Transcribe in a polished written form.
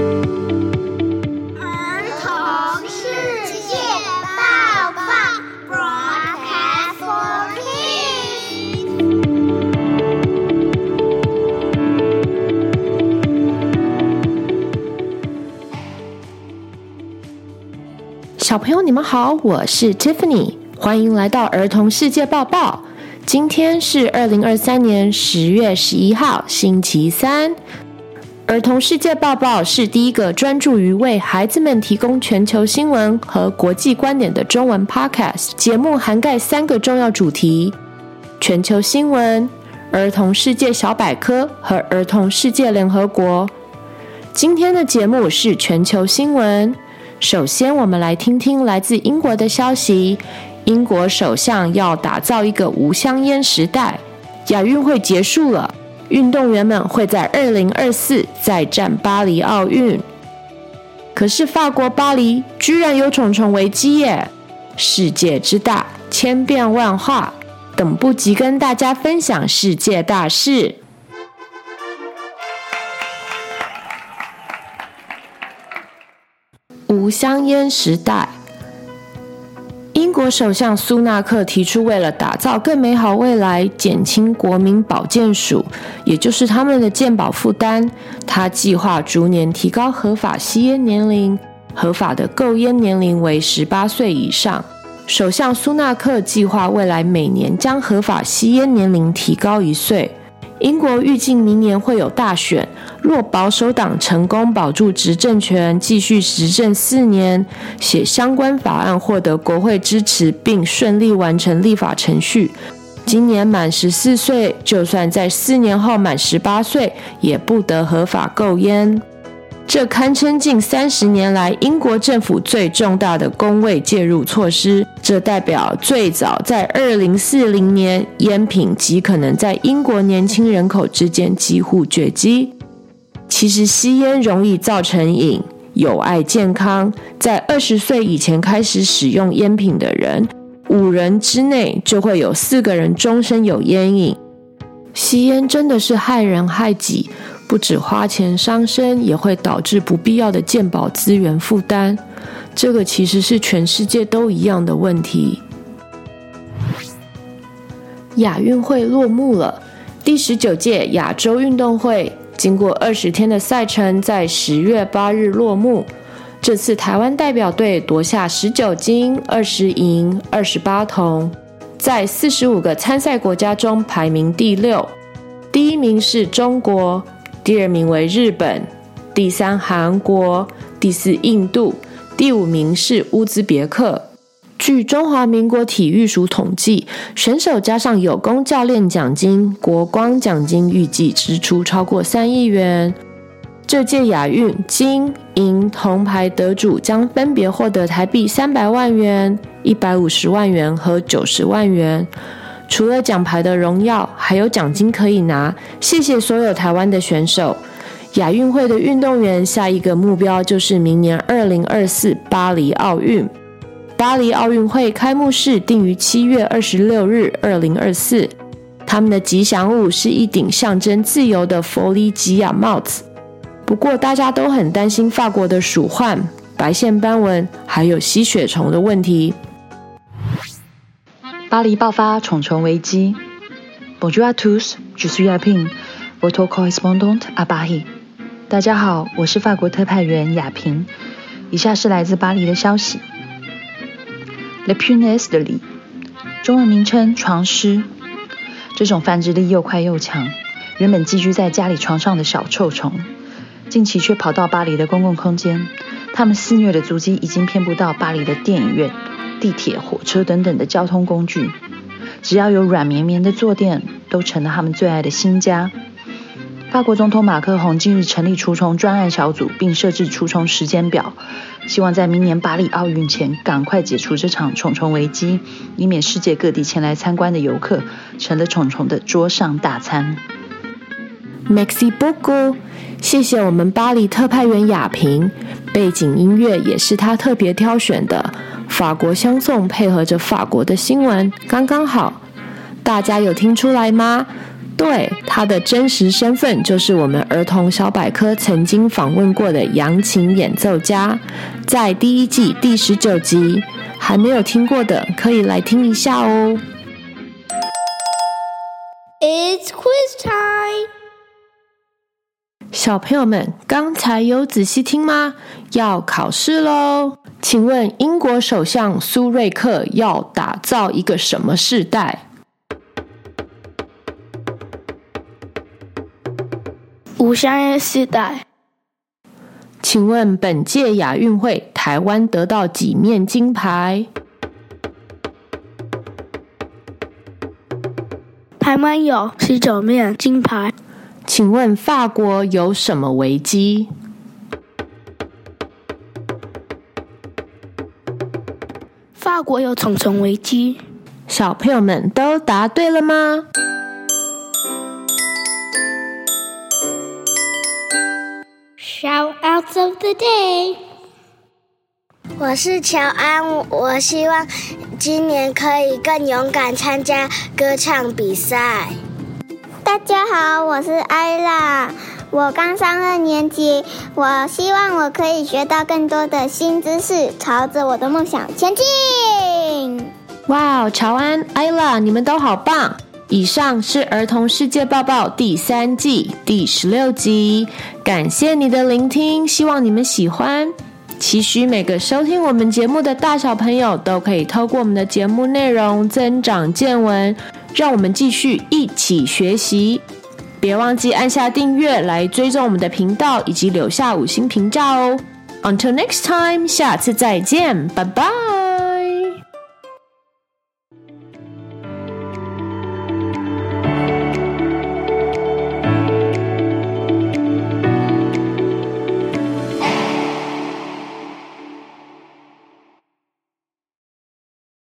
小朋友你们好，我是 Tiffany， 欢迎来到儿童世界报报。今天是2023年10月11号星期三。儿童世界报报是第一个专注于为孩子们提供全球新闻和国际观点的中文 podcast， 节目涵盖3个重要主题：全球新闻、儿童世界小百科和儿童世界联合国。今天的节目是全球新闻。首先我们来听听来自英国的消息。英国首相要打造一个无香烟时代。亚运会结束了，运动员们会在2024再战巴黎奥运。可是法国巴黎居然有虫虫危机耶！世界之大，千变万化，等不及跟大家分享世界大事。无香烟时代。英国首相苏纳克提出，为了打造更美好未来，减轻国民保健署，也就是他们的健保负担，他计划逐年提高合法吸烟年龄，合法的购烟年龄为18岁以上。首相苏纳克计划未来每年将合法吸烟年龄提高1岁。英国预计明年会有大选，若保守党成功保住执政权，继续执政4年，且相关法案获得国会支持并顺利完成立法程序，今年满14岁，就算在4年后满18岁，也不得合法购烟。这堪称近30年来英国政府最重大的公卫介入措施，这代表最早在2040年，烟品极可能在英国年轻人口之间几乎绝迹。其实吸烟容易造成瘾，有碍健康，在20岁以前开始使用烟品的人，5人之内就会有4个人终身有烟瘾。吸烟真的是害人害己，不只花钱伤身，也会导致不必要的健保资源负担。这个其实是全世界都一样的问题。亚运会落幕了，第19届亚洲运动会经过20天的赛程，在10月8日落幕。这次台湾代表队夺下19金、20银、28铜，在45个参赛国家中排名第6。第1名是中国，第2名为日本，第3韩国，第4印度，第5名是乌兹别克。据中华民国体育署统计，选手加上有功教练奖金、国光奖金预计支出超过3亿元。这届亚运金、银、铜牌得主将分别获得台币300万元、150万元和90万元。除了奖牌的荣耀，还有奖金可以拿。谢谢所有台湾的选手。亚运会的运动员下一个目标就是明年2024巴黎奥运。巴黎奥运会开幕式定于7月26日2024，他们的吉祥物是一顶象征自由的佛利吉亚帽子。不过大家都很担心法国的鼠患、白线斑纹还有吸血虫的问题。 巴黎爆发虫虫危机。Bonjour à tous, je suis Yaping, votre correspondante à Paris。大家好，我是法国特派员雅萍。以下是来自巴黎的消息。Le punaise de lit， 中文名称床虱。这种繁殖力又快又强，原本寄居在家里床上的小臭虫，近期却跑到巴黎的公共空间。它们肆虐的足迹已经遍布到巴黎的电影院、地铁、火车等等的交通工具，只要有软绵绵的坐垫，都成了他们最爱的新家。法国总统马克宏近日成立除虫专案小组，并设置除虫时间表，希望在明年巴黎奥运前赶快解除这场虫虫危机，以免世界各地前来参观的游客成了虫虫的桌上大餐。 Merci beaucoup， 谢谢我们巴黎特派员雅萍，背景音乐也是他特别挑选的，法国香颂配合着法国的新闻，刚刚好。大家有听出来吗？ 对，他的真实身份就是我们儿童小百科曾经访问过的扬琴演奏家，在第1季第19集，还没有听过的可以来听一下哦。 It's quiz time！ 小朋友们，刚才有仔细听吗？要考试咯！请问英国首相苏瑞克要打造一个什么世代？ 无商业世代。 请问本届亚运会台湾得到几面金牌？ 台湾有19面金牌。 请问法国有什么危机？ 法国有重重危机。 小朋友们都答对了吗？ Shout-outs of the day！ 我是乔安，我希望今年可以更勇敢参加歌唱比赛。 大家好，我是艾拉，我刚上2年级，我希望我可以学到更多的新知识，朝着我的梦想前进。 哇，乔安、艾拉，你们都好棒！以上是儿童世界报报第3季第16集，感谢你的聆听，希望你们喜欢。期许每个收听我们节目的大小朋友都可以透过我们的节目内容增长见闻，让我们继续一起学习。别忘记按下订阅来追踪我们的频道，以及留下5星评价哦。Until next time， 下次再见，拜拜。